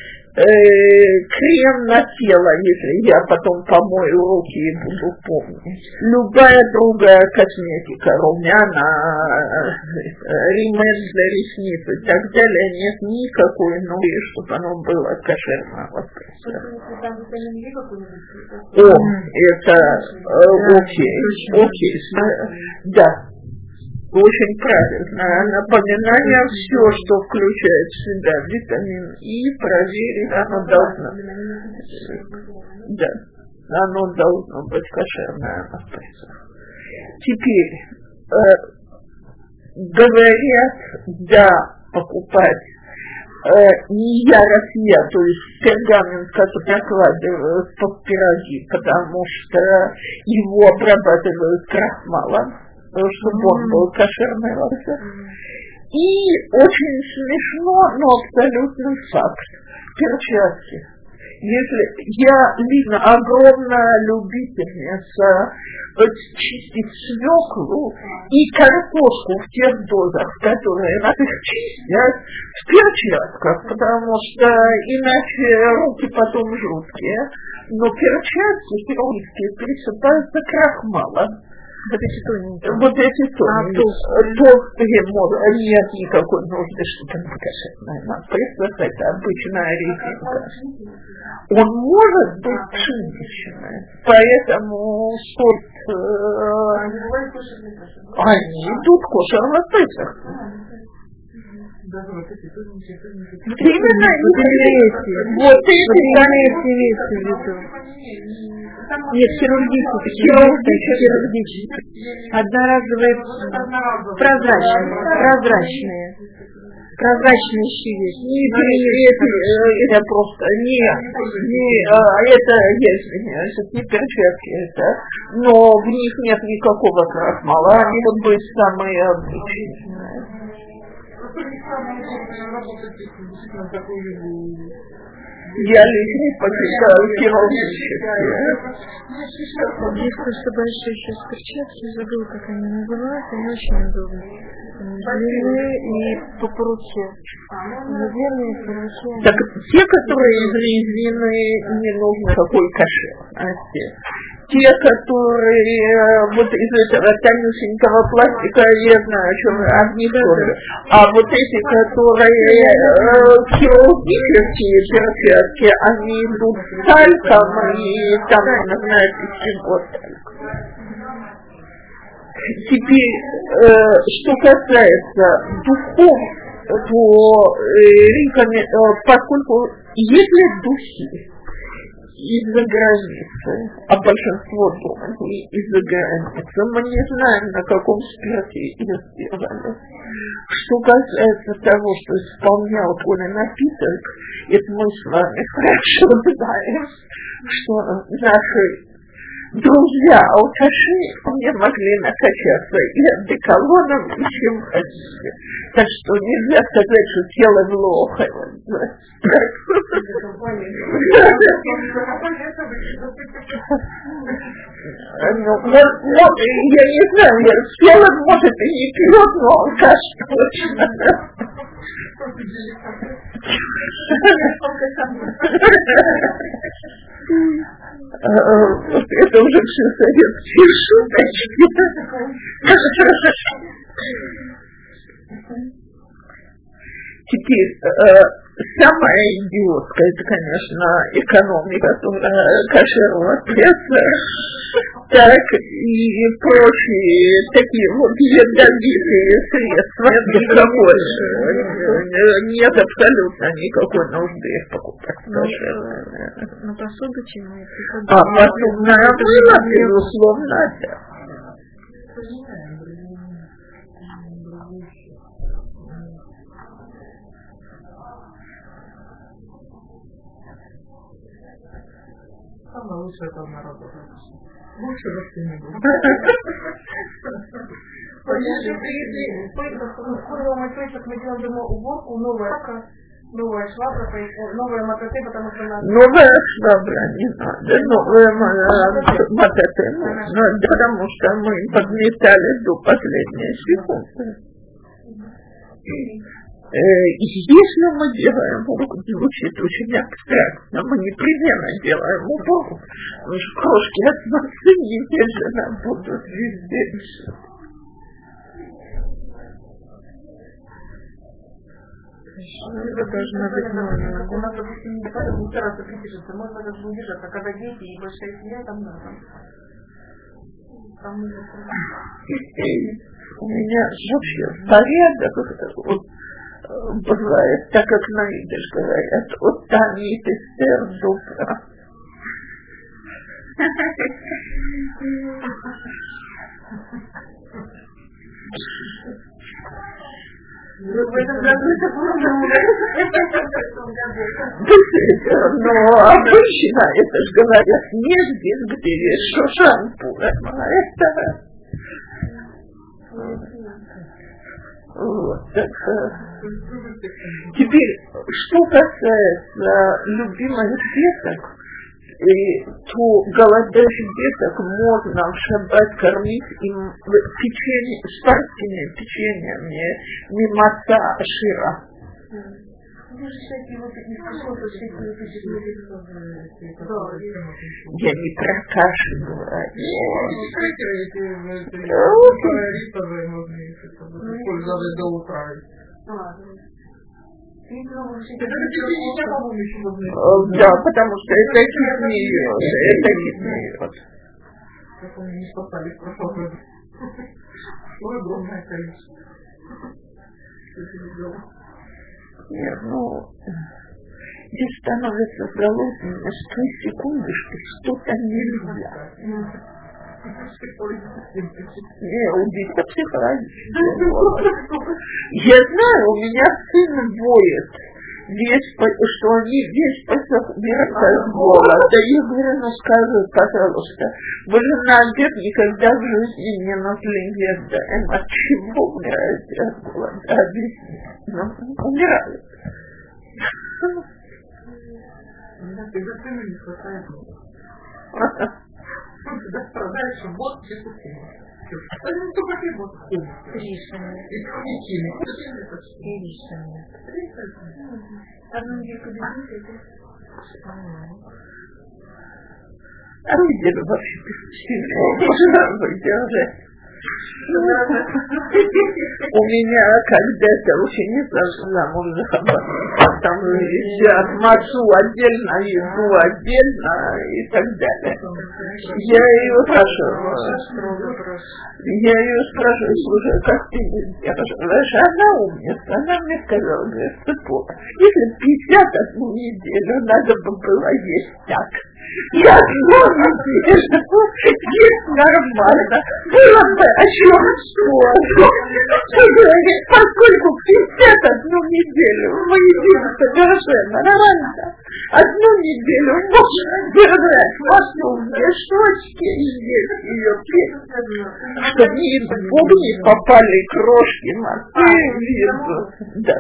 Крем на тело, если я потом помою руки и буду помнить. Любая другая косметика, румяна, римель для ресниц и так далее, нет никакой нужды, чтобы оно было кошерного вкуса. Это окей, да. Очень правильно. Напоминание, все, что включает в себя витамин И, проверить, оно должно. Да, оно должно быть кошерное на Песах. Теперь говорят, да, покупать не Россия, то есть пергамент, который накладывают под пироги, потому что его обрабатывают крахмалом, чтобы он был кошерный вообще. И очень смешно, но абсолютный факт. Перчатки. Если я лично огромная любительница чистить свеклу и картошку в тех дозах, которые надо их чистят в перчатках, потому что иначе руки потом жуткие. Но перчатки хирургические пересыпаются крахмалом. Вот эти тоненькие. Нет никакой нужды, чтобы он кошерный. Представь, это обычная резинка. Он может быть пшеничный, поэтому они идут кошерно в Песах. Именно вот эти. Нет, хирургические. Одноразовые, прозрачные. Прозрачные еще есть. Это просто это не перчатки, это, но в них нет никакого крахмала, они вот были самые обычные. Я лично почитаю хирургические. Есть просто большие сейчас перчатки, забыл, как они называются, они очень удобные. Длинные и по руке. Длинные по руке. Так те, которые из резины, не нужно какой кошерности. Те, которые вот из этого тонюсенького пластика, я знаю, о чем одни тоже. А вот эти, которые хирургические перчатки, они идут с тальком, и там, знаете, чего тальк. Теперь, что касается духов, то поскольку если духи из-за границы, а большинство думают из-за границы, мы не знаем, на каком спирте их сделали. Что касается того, что исполнял такой напиток, это мы с вами хорошо знаем, что наши друзья-алкаши не могли накачаться и одеколоном, и чем хотели. Так что нельзя сказать, что тело плохо. Я не знаю, тело может и не пьет, но алкаш точно. Это уже все советские шуточки. Теперь, самая идиотская, это, конечно, экономика, кошерного пресса, так и прочие такие вот ядовитые средства, больше. Нет абсолютно никакой нужды их покупать. На посуду чем? А посудное мыло, безусловно, да. Самое лучшее это народа. Лучше вообще не было. Скоро мой Песах мы делаем дома уборку, новая швабра, новая мотоцикл, потому что надо... Новая швабра не надо, новая мотоцикл надо, потому что мы подметали до последней секунды. Если мы делаем уборку, звучит очень абстрактно, мы непременно делаем уборку, потому что крошки от массы немедленно будут везде. Это должно быть новое. У нас, допустим, не надо стараться придерживаться, можно даже не держаться, когда дети и большая семья, там надо. У меня вообще порядок бывает, так как на идиш говорят, от танит эстер зубра. Но обычно это же говорят не здесь, где есть шушанпура, а это... Вот, так, теперь, что касается любимых деток, то голодающих деток можно в шаббат кормить им печенье, спортивными печеньями мимоца шира. Я не про кашу говорю. Использовать до утра. Да, потому что это хитный род. Как они не спасали в прошлом году. Огромное количество. Нет, здесь становится голодными с той секунды, что что-то нельзя. Не, убийство психологическое. Я знаю, у меня сын воет, что они весь Песах мирятся с голода. Я говорю, скажи, пожалуйста, вы же на обед никогда в жизни не наследуете. От чего умираете от голода? Объясните. Умирают. Тогда сыну не хватает. Когда страдаешь, вот чисто сильно. Они только вот Ришами. И химики. И ришами. Одну недельку А где вы вообще можно выдержать? У меня когда-то ученица замуж за хаббатника, там едят мацу отдельно, еду отдельно и так далее. Я ее спрашиваю, слушай, как ты делаешь? Она умница, она мне сказала, говорит, если 51 неделю надо бы было есть так, и одну неделю есть нормально, было бы о чем спорить. Поскольку 51 неделю мы едим совершенно нормально, одну неделю можно держать масло в мешочке и есть ее пить, чтобы в Бог не попали крошки массы в еду. Да.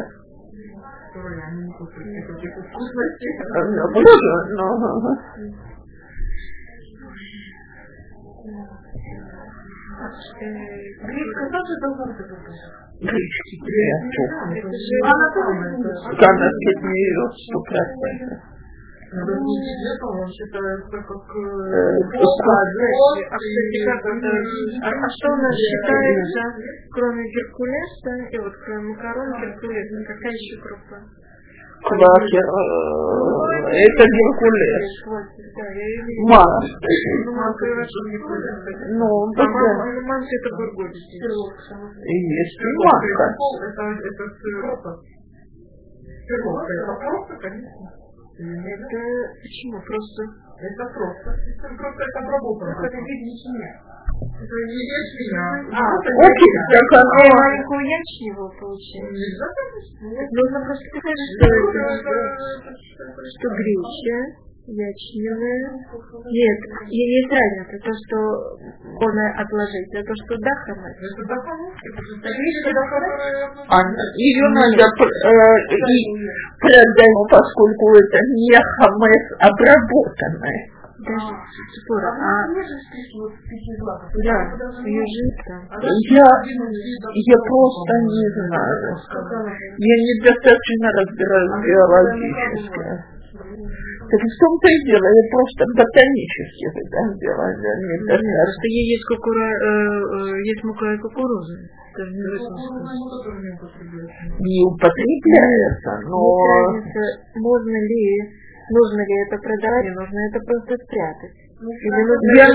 Гречка тоже должна быть. Гречки она пить не идет 100%. Он считается как... А что у нас считается, кроме геркулеса, и вот кроме макарон, геркулеса, какая еще группа? Квакер, это Геркулес. Марс. Ну, да. Марс это Бургундия. Есть и Марка. Это конечно. Это почему? Просто. Это просто это обработано. Это вид ячменя. Это не ячменя. Окей, так оно... Маленькую ячневую получается. Нужно просто сказать, что греча, ячневая. Нет, есть разница. То, что можно отложить, а то, что дахамет. Ее надо продать, поскольку это не хамес обработанное. Даже спора. Да, ее жизнь там. Я просто не знаю. Я недостаточно разбираюсь биологически. Так в том-то и дело, я просто ботанически это делаю. Просто есть мука и кукуруза. Не употребляется, но... Нужно ли это продавать, нужно это просто спрятать. Я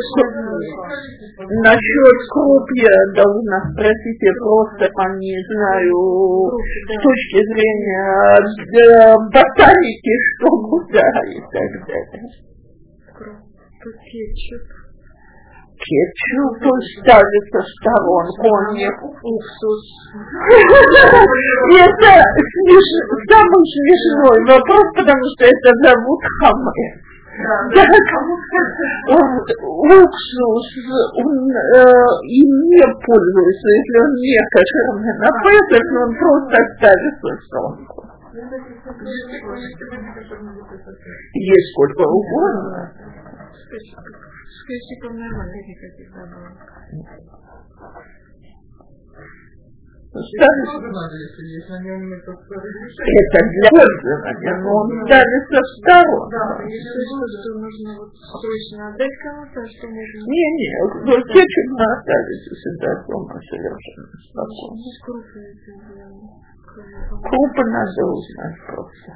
насчет круп я должна спросить, я просто не знаю с точки зрения ботаники, что куда и так далее. Кетчуп ставится в сторонку, он не уксус. Это самый смешной вопрос, потому что это зовут хамес. Уксус, им не пользуется, если он не кошерный на Песах, он просто ставится в сторонку. Есть сколько угодно. С кетчупом нормально никаких забыл. Это для пользования, но он ставится в сторонку. Что нужно срочно отдать кому-то, что можно... Не, кетчуп мы оставить у себя дома совершенно спокойно. Крупы надо узнать просто.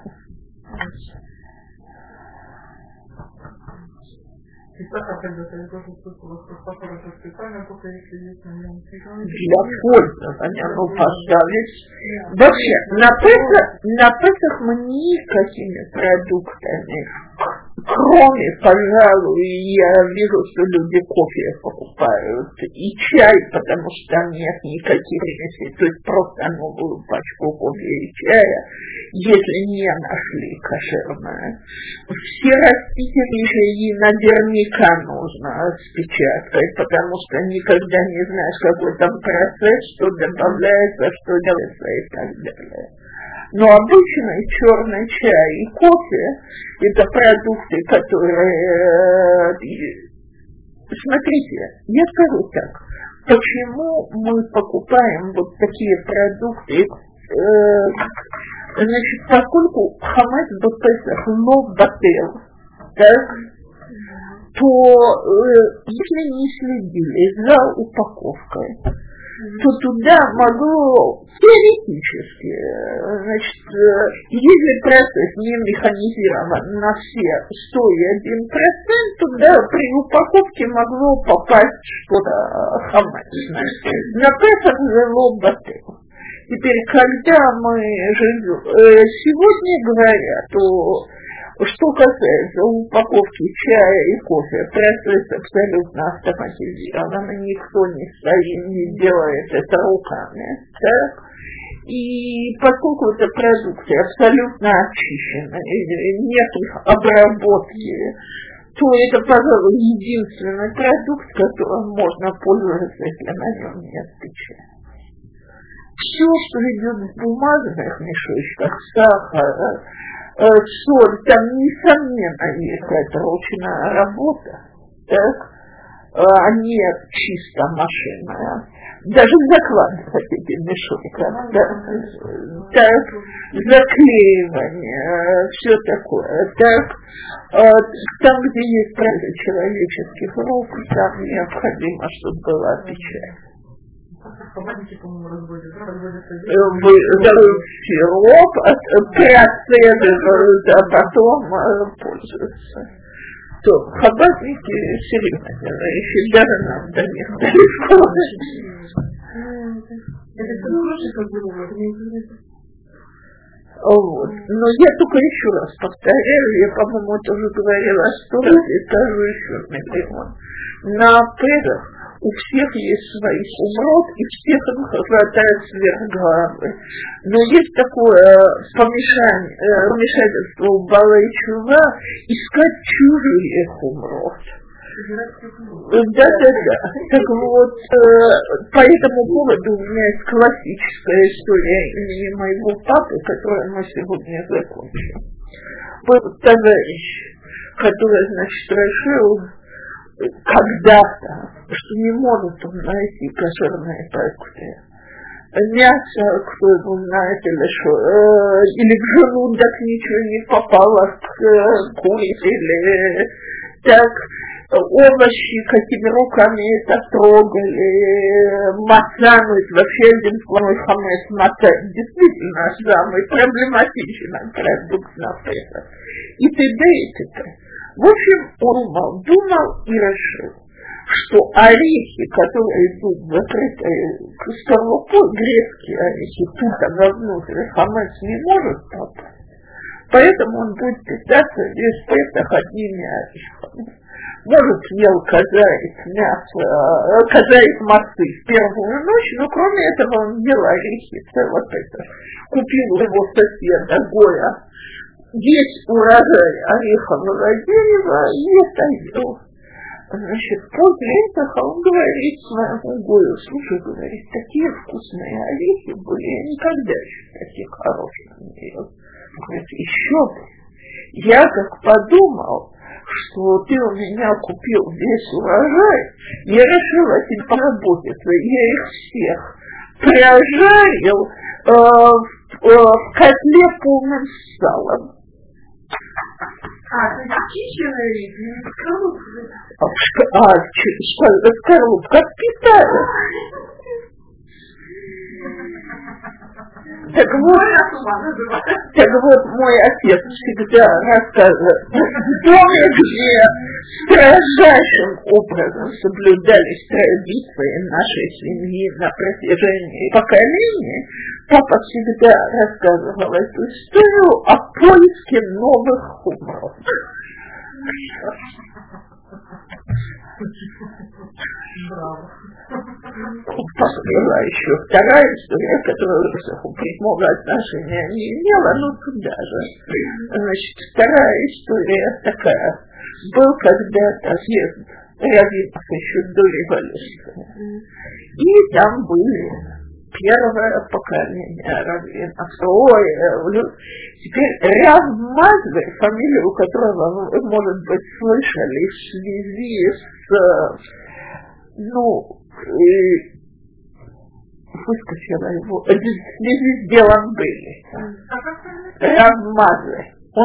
Для пользования, ну, поставить. Вообще, на Песах мы никакими продуктами, кроме, пожалуй, я вижу, что люди кофе покупают и чай, потому что там нет никаких ремесел, то есть просто новую пачку кофе и чая, если не нашли кошерное. Все растительные жири наверняка нужно с печаткой, потому что никогда не знаешь, какой там процесс, что добавляется, что делается и так далее. Но обычный черный чай и кофе – это продукты, которые… Смотрите, я скажу так, почему мы покупаем вот такие продукты, значит, поскольку хамес б'Песах ло бател, так, то если не следили за упаковкой, то туда могло теоретически, значит, если процесс не механизирован на все 101%, туда при упаковке могло попасть что-то хамесное. На Песах ло бател. Теперь, когда мы живем, сегодня говорят, что касается упаковки чая и кофе, процесс абсолютно автоматизирован, никто не стоит, не делает это руками, так? И поскольку это продукты абсолютно очищены, нет их обработки, то это, пожалуй, единственный продукт, которым можно пользоваться, если на нем нет печати. Все, что идет в бумажных мешочках, сахар, соль, там, несомненно, есть какая-то ручная работа, так, а не чисто машинная. Даже закладывать эти мешочки, так, заклеивание, все такое, так, там, где есть правда человеческих рук, там необходимо, чтобы была печать. Кабанники, по-моему, разводят, да? Сироп, приоценивают, а потом пользуются. То хабазники серьезно, еще даже нам до них далеко. Это хороший, как было, это не интересно. Вот. Но я только еще раз повторяю, я, по-моему, тоже говорила 100 раз, и скажу еще миллион. На педах у всех есть свои умрот, и всех им хватает сверх головы. Но есть такое помешательство у Бала и Чува искать чужие умрот. Да. Так вот, по этому поводу у меня есть классическая история имени моего папы, которую мы сегодня закончим. Был товарищ, который, значит, решил когда-то, что не может он найти кошерные продукты. Мясо, кто его знает, или в желудок ничего не попало к курице, или так овощи, какими руками это трогали, мацану, это вообще один сплошной хамец, маца, действительно самый проблематичный продукт на Песах. И т.д. В общем, он думал и решил, что орехи, которые идут в закрытые скорлупой, грецкие орехи, тут вовнутрь хамец не может попасть, поэтому он будет питаться весь Песах одними орехами. Может, ел козаик мацы в первую ночь, но кроме этого он ел орехи целый Песах. Купил его соседа Гоя весь урожай орехового дерева и оставил. Значит, после этого он говорит своему Гою: слушай, говорит, такие вкусные орехи были, я никогда еще таких хороших не ел. Говорит, еще бы. Я как подумал, что ты у меня купил весь урожай, я решила тебе поработаться. Я их всех прожарил в котле полным салом. Это чищенные скорлупка питает. Так вот, мой отец всегда рассказывал, в доме, где строжайшим образом соблюдались традиции нашей семьи на протяжении поколений, папа всегда рассказывал эту историю о поиске новых умров. Браво. Была еще вторая история, которая прямого отношения не имела, но туда же. Значит, вторая история такая. Был когда-то съезд раввинов еще до революции. И там были первое поколение раввинов. Теперь Рав Мазвер, фамилию которого вы, может быть, слышали в связи с, выскочила его, в связи с делом были. Рав Мазвер. Он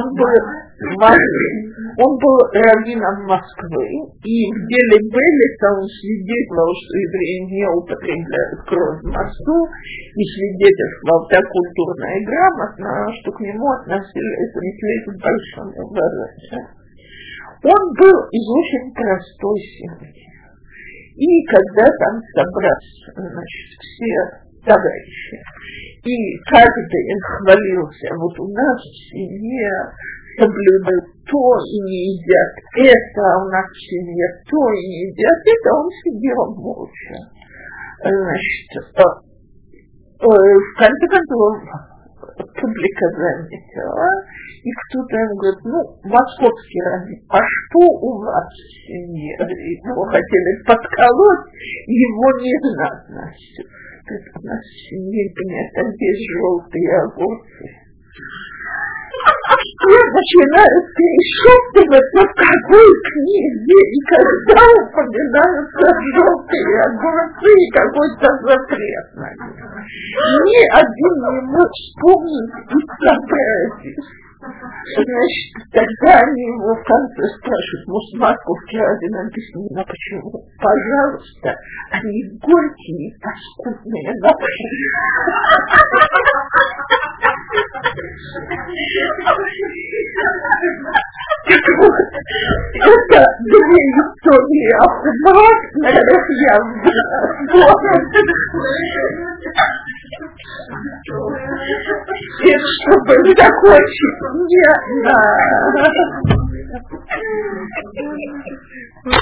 был раввином Москвы, и в деле Белиса он свидетельствовал, что евреи не употребляют кровь в мосту, и свидетельствовал так культурно и грамотно, что к нему относились с большим уважением. Он был из очень простой семьи. И когда там собрались, значит, все товарищи, и каждый хвалился, вот у нас в семье соблюдают то и не едят это, а у нас в семье то и не едят это, он сидел молча. Значит, в конце концов, публика заметила, и кто-то ему говорит, московский раввин, а что у вас в семье? Его хотели подколоть, его не знать. У нас в семье принято есть желтые огурцы. Я начинаю перешептываться, в какой книге и когда упоминаются желтые огурцы и какой-то запрет на них. Ни один не мог вспомнить и сообразить. Значит, тогда они его в конце спрашивают, может, в московке разве написано, почему? Пожалуйста, они горькие, паскудные например. Это две истории аккуратно, я и чтобы закончить,